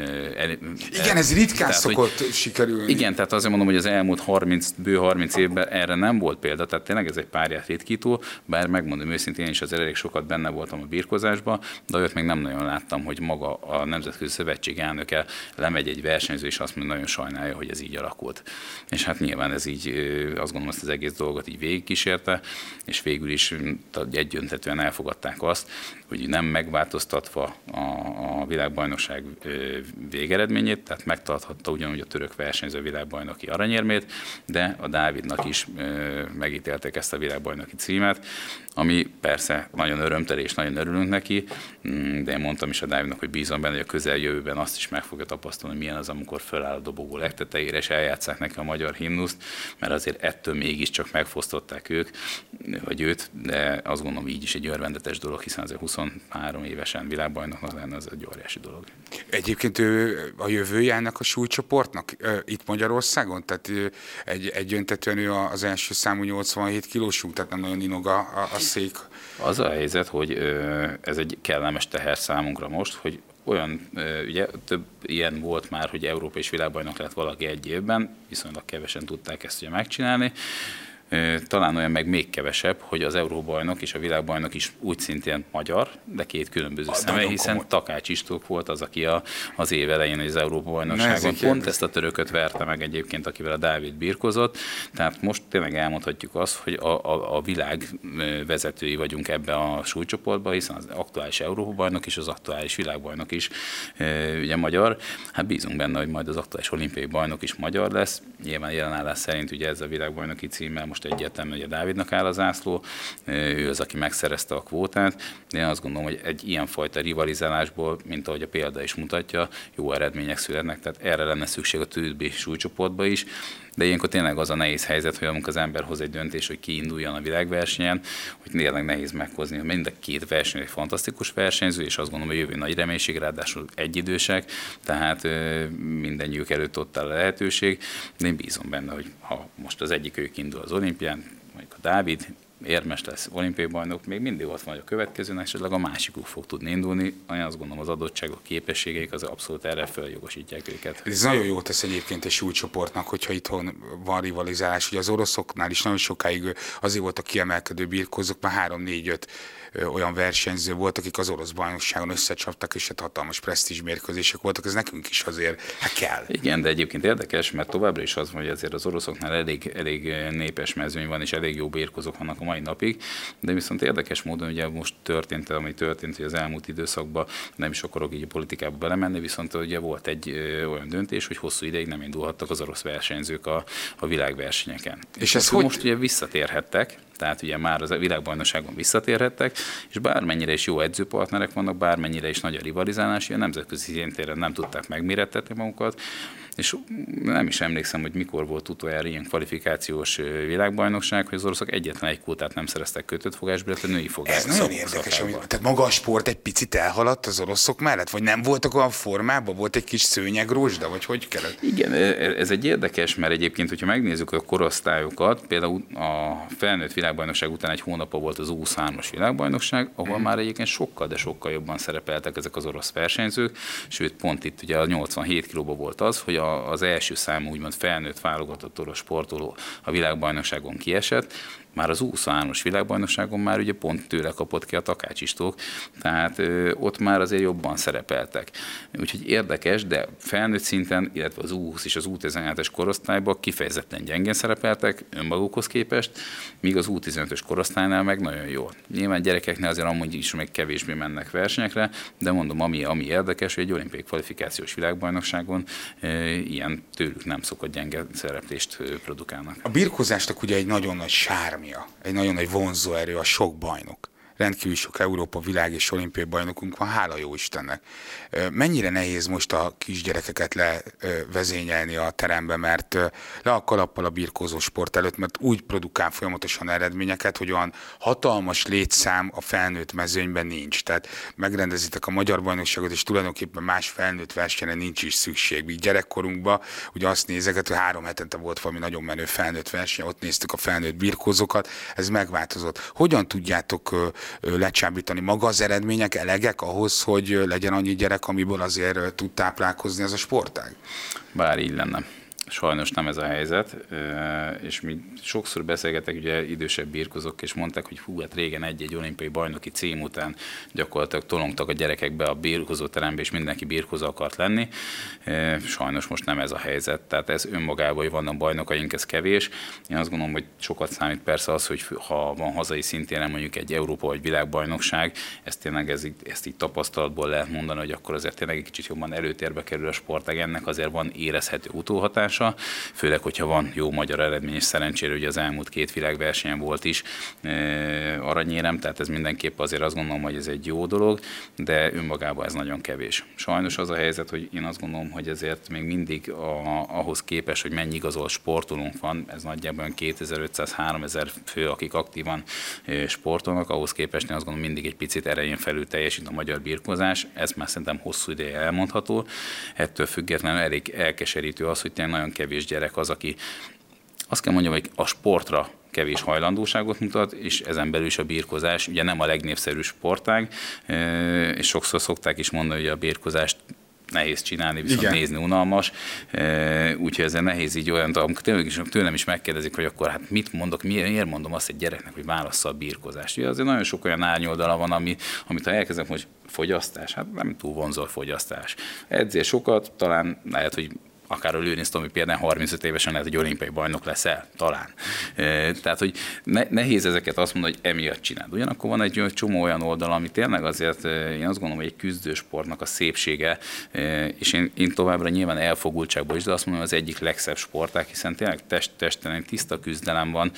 Igen, ez ritkán szokott sikerülni. Igen, tehát azért mondom, hogy az elmúlt bő 30 évben erre nem volt példa, tehát tényleg ez egy párját ritkító, bár megmondom őszintén, én is azért elég sokat benne voltam a birkozásban, de olyat még nem nagyon láttam, hogy maga a Nemzetközi Szövetség elnöke lemegy egy versenyző, és azt mondja, nagyon sajnálja, hogy ez így alakult. És hát nyilván ez így, azt gondolom, ezt az egész dolgot így végigkísérte, és végül is egyöntetően elfogadták azt, hogy nem megváltoztatva a világbajnokság végeredményét, tehát megtarthatta ugyanúgy a török versenyző világbajnoki aranyérmét, de a Dávidnak is megítélték ezt a világbajnoki címet, ami persze nagyon örömteli, és nagyon örülünk neki, de én mondtam is a Dávidnak, hogy bízom benne, hogy a közeljövőben azt is meg fogja tapasztalni, milyen az, amikor föláll a dobogó legtetejére, és eljátsszák neki a magyar himnuszt, mert azért ettől mégiscsak megfosztották őt, de azt gondolom így is egy örvendetes dolog, hiszen azért 23 évesen világbajnoknak lenne, az egy óriási dolog. Egyébként a jövője ennek a súlycsoportnak itt Magyarországon? Tehát egyöntetően ő az első számú 87 kilósú, tehát nem nagyon inog a szék. Az a helyzet, hogy ez egy kellemes teher számunkra most, hogy olyan, ugye több ilyen volt már, hogy Európa és világbajnok lett valaki egy évben, viszonylag kevesen tudták ezt ugye megcsinálni. Talán olyan meg még kevesebb, hogy az Euróbajnok és a világbajnok is úgy szintén magyar, de két különböző személy, hiszen Takács István volt az, aki az év elején az Európa-bajnokságon pont ezt a törököt verte meg egyébként, akivel a Dávid birkozott. Tehát most tényleg elmondhatjuk azt, hogy a világ vezetői vagyunk ebbe a súlycsoportba, hiszen az aktuális Európa-bajnok és az aktuális világbajnok is ugye magyar. Hát bízunk benne, hogy majd az aktuális olimpiai bajnok is magyar lesz. Nyilván jelenállás szerint ugye ez a világbajnoki címmel most egyértelmű, hogy a Dávidnak áll a zászló, ő az, aki megszerezte a kvótát, de én azt gondolom, hogy egy ilyenfajta rivalizálásból, mint ahogy a példa is mutatja, jó eredmények születnek, tehát erre lenne szükség a többi súlycsoportba is, de ilyenkor tényleg az a nehéz helyzet, hogy amikor az ember hoz egy döntés, hogy ki induljon a világversenyen, hogy tényleg nehéz meghozni. Mind a két verseny egy fantasztikus versenyző, és azt gondolom, hogy jövő nagy reménység, ráadásul egyidősek, tehát mindennyiük előtt ott áll a lehetőség, de én bízom benne, hogy ha most az egyik ők indul az olimpián, mondjuk a Dávid, érmes lesz olimpiai bajnok, még mindig ott van a következőnek, esetleg a másikuk fog tudni indulni. Én azt gondolom, az adottságok, képességeik az abszolút erre feljogosítják őket. Ez nagyon jó tesz egyébként egy súlycsoportnak, hogyha itthon van rivalizálás. Ugye az oroszoknál is nagyon sokáig azért voltak kiemelkedő birkózók, már 3-4-5 olyan versenyző volt, akik az orosz bajnokságon összecsaptak, és hát hatalmas presztízs mérkőzések voltak, ez nekünk is azért kell. Igen, de egyébként érdekes, mert továbbra is az van, hogy azért az oroszoknál elég népes mezőny van, és elég jó birkózók vannak a mai napig, de viszont érdekes módon ugye most történt, ami történt, hogy az elmúlt időszakban nem is akarok így a politikába belemenni, viszont ugye volt egy olyan döntés, hogy hosszú ideig nem indulhattak az orosz versenyzők a világversenyeken. És ez most ugye visszatérhettek, tehát ugye már az világbajnokságon visszatérhettek, és bármennyire is jó edzőpartnerek vannak, bármennyire is nagy a rivalizálás, a nemzetközi szintéren nem tudták megmérettetni magukat, és nem is emlékszem, hogy mikor volt utoljára ilyen kvalifikációs világbajnokság, hogy az oroszok egyetlen egy kvótát nem szereztek kötött fogásba, illetve női fogásba. Ez nagyon érdekes, tehát maga a sport egy picit elhaladt az oroszok mellett, vagy nem voltak olyan formában, volt egy kis szőnyegrózsda, vagy hogy kellett? Igen, ez egy érdekes, mert egyébként, hogyha megnézzük a korosztályokat, például a felnőtt világbajnokság után egy hónapja volt az U23-as világbajnokság, ahol már egyébként sokkal, de sokkal jobban szerepeltek ezek az orosz versenyzők, sőt pont itt ugye a 87 kilóban volt az, hogy az első számú úgymond felnőtt válogatott orosz sportoló a világbajnokságon kiesett, már az U23-as világbajnokságon már ugye pont tőle kapott ki a Takács István, tehát ott már azért jobban szerepeltek. Úgyhogy érdekes, de felnőtt szinten, illetve az U20 és az U17-es korosztályban kifejezetten gyengén szerepeltek önmagukhoz képest, míg az U15-ös korosztálynál meg nagyon jó. Nyilván gyerekeknél azért amúgy is még kevésbé mennek versenyekre, de mondom, ami érdekes, hogy egy olimpiai kvalifikációs világbajnokságon ilyen tőlük nem szokott gyenge szereplést produkálnak. A birkózásnak ugye egy nagyon nagy sármja, egy nagyon nagy vonzóerő a sok bajnok. rendkívül sok Európa, világ és olimpiai bajnokunk van, hála jó Istennek. Mennyire nehéz most a kisgyerekeket levezényelni a terembe, mert le a kalappal a birkózó sport előtt, mert úgy produkál folyamatosan eredményeket, hogy olyan hatalmas létszám a felnőtt mezőnyben nincs. Tehát megrendezitek a magyar bajnokságot, és tulajdonképpen más felnőtt versenyre nincs is szükség. Míg gyerekkorunkban ugye azt nézeket, hogy 3 hetente volt valami nagyon menő felnőtt verseny, ott néztük a felnőtt birkózókat, ez megváltozott. Hogyan tudjátok lecsábítani? Maga az eredmények elegek ahhoz, hogy legyen annyi gyerek, amiből azért tud táplálkozni ez a sportág? Bár így lenne. Sajnos nem ez a helyzet, és mi sokszor beszélgetek ugye idősebb birkozók, és mondták, hogy hú, hát régen egy-egy olimpiai bajnoki cím után gyakorlatilag tolongtak a gyerekek be a birkozóterembe, és mindenki birkozó akart lenni. Sajnos most nem ez a helyzet, tehát ez önmagában, hogy vannak bajnokaink, ez kevés. Én azt gondolom, hogy sokat számít persze az, hogy ha van hazai szintén mondjuk egy Európa vagy világbajnokság, ezt így tapasztalatból lehet mondani, hogy akkor azért tényleg egy kicsit jobban előtérbe kerül a sportág, ennek azért van érezhető utóhatás. Főleg, hogyha van jó magyar eredmény, és szerencsére ugye az elmúlt 2 világversenyen volt is aranyérem, tehát ez mindenképp azért azt gondolom, hogy ez egy jó dolog, de önmagában ez nagyon kevés. Sajnos az a helyzet, hogy én azt gondolom, hogy ezért még mindig ahhoz képest, hogy mennyi igazolt sportolónk van, ez nagyjából 2500-3000 fő, akik aktívan sportolnak, ahhoz képest én azt gondolom, mindig egy picit erején felül teljesít a magyar birkózás, ez már szerintem hosszú ideje elmondható. Ettől függetlenül elég elkeserítő az, hogy nagyon kevés gyerek az, aki azt kell mondjam, hogy a sportra kevés hajlandóságot mutat, és ezen belül is a birkozás ugye nem a legnépszerűbb sportág, és sokszor szokták is mondani, hogy a birkozást nehéz csinálni, viszont igen, nézni unalmas, úgyhogy ezzel nehéz így olyan, amikor tőlem is megkérdezik, hogy akkor hát mit mondok, miért mondom azt egy gyereknek, hogy válassza a birkozást. Ugye azért nagyon sok olyan árnyoldala van, amit ha elkezdem, hogy fogyasztás, hát nem túl vonzó a fogyasztás. Edzél sokat, talán lehet, hogy akár a Lőrinc Tomi például 35 évesen lehet, hogy olimpiai bajnok leszel, talán. Tehát, hogy nehéz ezeket azt mondani, hogy emiatt csináld. Ugyanakkor van egy csomó olyan oldal, ami tényleg azért, én azt gondolom, hogy egy küzdősportnak a szépsége, és én továbbra nyilván elfogultságból is, de azt mondom, az egyik legszebb sportág, hiszen tényleg testelen tiszta küzdelem van.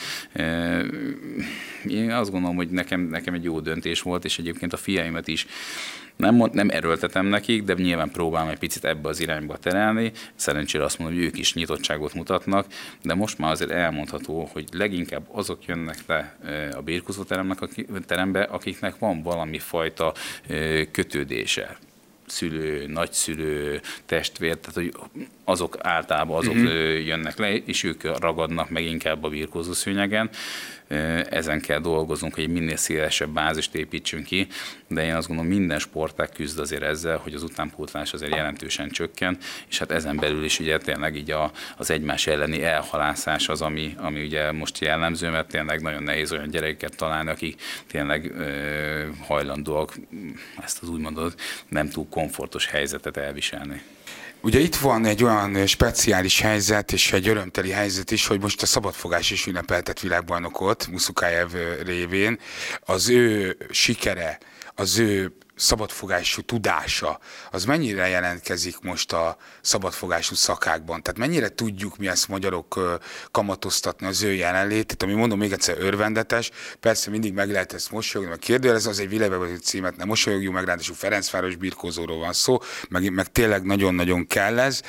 Én azt gondolom, hogy nekem egy jó döntés volt, és egyébként a fiaimat is nem erőltetem nekik, de nyilván próbálom egy picit ebbe az irányba terelni. Szerencsére azt mondom, hogy ők is nyitottságot mutatnak, de most már azért elmondható, hogy leginkább azok jönnek le a birkózóterembe, akiknek van valami fajta kötődése. Szülő, nagyszülő, testvér, tehát hogy azok általában jönnek le, és ők ragadnak meg inkább a birkózószőnyegen. Ezen kell dolgoznunk, hogy minél szélesebb bázist építsünk ki, de én azt gondolom, minden sportág küzd azért ezzel, hogy az utánpótlás azért jelentősen csökken, és hát ezen belül is ugye tényleg így az egymás elleni elhalászás az, ami ugye most jellemző, mert tényleg nagyon nehéz olyan gyerekeket találni, akik tényleg hajlandóak ezt az úgymond nem túl komfortos helyzetet elviselni. Ugye itt van egy olyan speciális helyzet, és egy örömteli helyzet is, hogy most a szabadfogás is ünnepeltet világbajnokot Musukajev révén. Az ő sikere, az ő szabadfogású tudása, az mennyire jelentkezik most a szabadfogású szakákban? Tehát mennyire tudjuk mi ezt magyarok kamatoztatni az ő jelenlétét, ami mondom még egyszer örvendetes, persze mindig meg lehet ezt mosolyogni, meg kérdőjelez, az egy világbajnoki címet nem mosolyogjunk meg, ráadásul Ferencváros birkózóról van szó, meg tényleg nagyon-nagyon kell ez,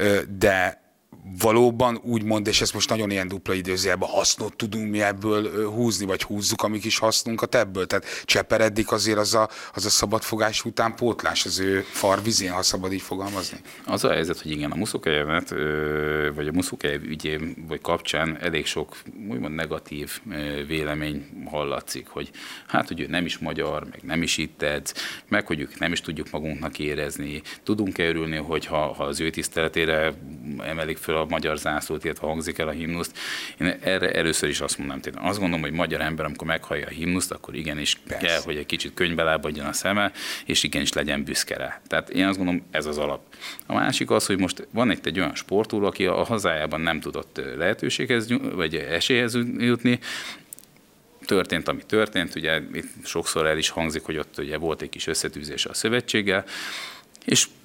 de valóban úgymond, és ezt most nagyon ilyen dupla időzőjelben hasznot tudunk mi ebből húzni, vagy húzzuk a mi kis hasznunkat ebből. Tehát cseperedik azért az a szabadfogás után pótlás az ő farvizén, ha szabad így fogalmazni. Az a helyzet, hogy igen, a Musukajevet, vagy a Musukajev ügyén, vagy kapcsán elég sok úgymond negatív vélemény hallatszik, hogy hát, hogy ő nem is magyar, meg nem is itt edz, meg hogy ők nem is tudjuk magunknak érezni. Tudunk-e örülni, hogyha az ő tiszteletére emelik föl a magyar zászlót, illetve hangzik el a himnuszt. Én erre először is azt mondom, tényleg. Azt gondolom, hogy magyar ember, amikor meghallja a himnuszt, akkor igenis kell, hogy egy kicsit könyvbe lábadjon a szeme, és igenis legyen büszke rá. Tehát én azt gondolom, ez az alap. A másik az, hogy most van itt egy olyan sportoló, aki a hazájában nem tudott lehetőséghez, vagy esélyhez jutni. Történt, ami történt, ugye itt sokszor el is hangzik, hogy ott ugye volt egy kis összetűzés a szövetséggel, és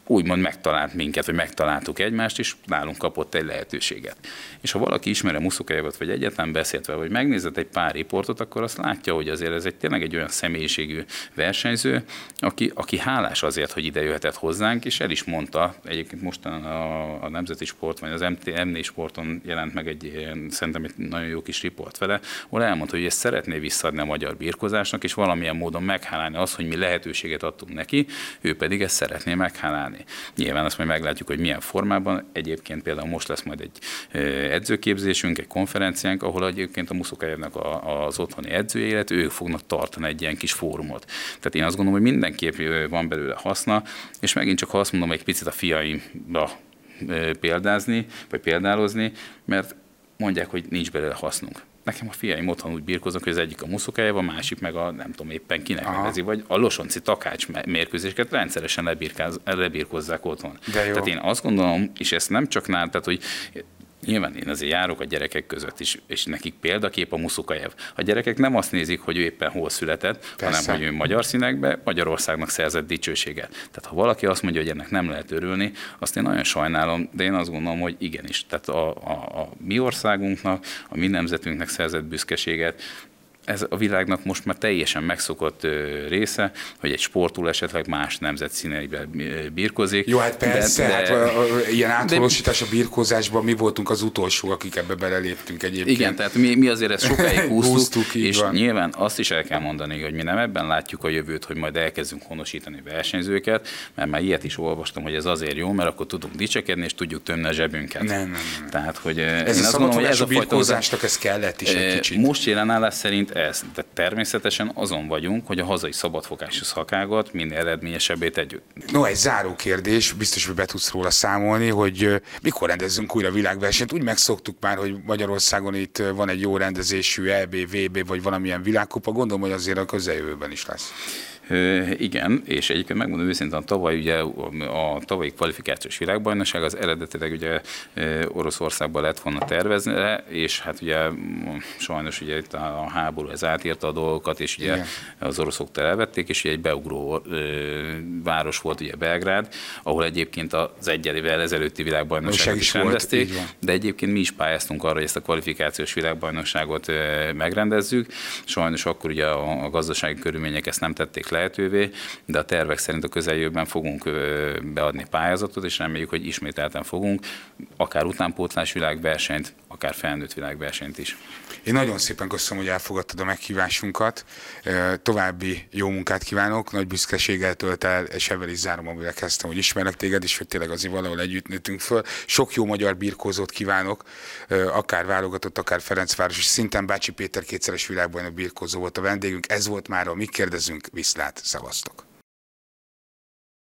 úgymond megtalált minket, vagy megtaláltuk egymást, és nálunk kapott egy lehetőséget. És ha valaki ismeri a Muszukajevot, vagy egyáltalán beszélt vele, vagy megnézett egy pár riportot, akkor azt látja, hogy azért ez tényleg egy olyan személyiségű versenyző, aki hálás azért, hogy ide jöhetett hozzánk, és el is mondta, egyébként mostan a Nemzeti Sport, vagy az M4 Sporton jelent meg szerintem egy nagyon jó kis riport vele, ahol elmondta, hogy ezt szeretné visszaadni a magyar birkózásnak, és valamilyen módon meghálálni azt, hogy mi lehetőséget adtunk neki, ő pedig ezt szeretné meghálálni. Nyilván azt majd meglátjuk, hogy milyen formában. Egyébként például most lesz majd egy edzőképzésünk, egy konferenciánk, ahol egyébként a Muszukajevnek az otthoni edzője, illetve ők fognak tartani egy ilyen kis fórumot. Tehát én azt gondolom, hogy mindenképp van belőle haszna, és megint csak ha azt mondom, egy picit a fiaimra példázni, vagy példálozni, mert mondják, hogy nincs belőle hasznunk. Nekem a fiaim otthon úgy birkoznak, hogy az egyik a Muszukajev, a másik meg a nem tudom éppen kinek nevezi, vagy a Losonci Takács mérkőzéseket rendszeresen lebirkozzák otthon. Tehát én azt gondolom, és ezt nem csak nál, tehát hogy nyilván én azért járok a gyerekek között is, és nekik példakép a Muszukajev. A gyerekek nem azt nézik, hogy ő éppen hol született, hanem hogy ő magyar színekbe Magyarországnak szerzett dicsőséget. Tehát ha valaki azt mondja, hogy ennek nem lehet örülni, azt én nagyon sajnálom, de én azt gondolom, hogy igenis. Tehát a mi országunknak, a mi nemzetünknek szerzett büszkeséget, ez a világnak most már teljesen megszokott része, hogy egy sportoló esetleg más nemzet színeiben birkozik. Jó, hát persze, ilyen átvalósítás a birkózásban mi voltunk az utolsó, akik ebbe beleléptünk egyébként. Igen, tehát mi azért ezt sokáig húztuk és nyilván azt is el kell mondani, hogy mi nem ebben látjuk a jövőt, hogy majd elkezdünk honosítani versenyzőket, mert már ilyet is olvastam, hogy ez azért jó, mert akkor tudunk dicsekedni, és tudjuk tömni a zsebünket. Nem. Tehát, hogy ez a szabadfogású birkózásnak ez kellett is egy kicsit. Most jelenállás szerint de természetesen azon vagyunk, hogy a hazai szabadfogású szakágat minél eredményesebbé tegyük. No, egy záró kérdés, biztos, hogy be tudsz róla számolni, hogy mikor rendezzünk újra világversenyt. Úgy megszoktuk már, hogy Magyarországon itt van egy jó rendezésű EB, VB vagy valamilyen világkupa. Gondolom, hogy azért a közeljövőben is lesz. Igen, és egyébként megmondom őszintén, tavaly ugye a tavalyi kvalifikációs világbajnokság az eredetileg ugye Oroszországban lett volna tervezve, és hát ugye sajnos ugye itt a háború ez átírta a dolgokat, és ugye az oroszoktól elvették, és ugye egy beugró város volt ugye Belgrád, ahol egyébként az egyel ezelőtti világbajnokságot is rendezték, de egyébként mi is pályáztunk arra, hogy ezt a kvalifikációs világbajnokságot megrendezzük. Sajnos akkor ugye a gazdasági körülmények ezt nem tették lehetővé, de a tervek szerint a közeljövőben fogunk beadni pályázatot, és reméljük, hogy ismételten fogunk akár utánpótlás világversenyt, akár felnőtt világversenyt is. Én nagyon szépen köszönöm, hogy elfogadtad a meghívásunkat. További jó munkát kívánok, nagy büszkeséggel tölt el, és ebben is zárom, amivel kezdtem, hogy ismerek téged, és hogy tényleg azért valahol együtt nőttünk föl. Sok jó magyar birkózót kívánok, akár válogatott, akár Ferencváros, és szinten Bácsi Péter kétszeres világbajnok birkózó volt a vendégünk. Ez volt már a Mi kérdezünk, viszlát, szevasztok!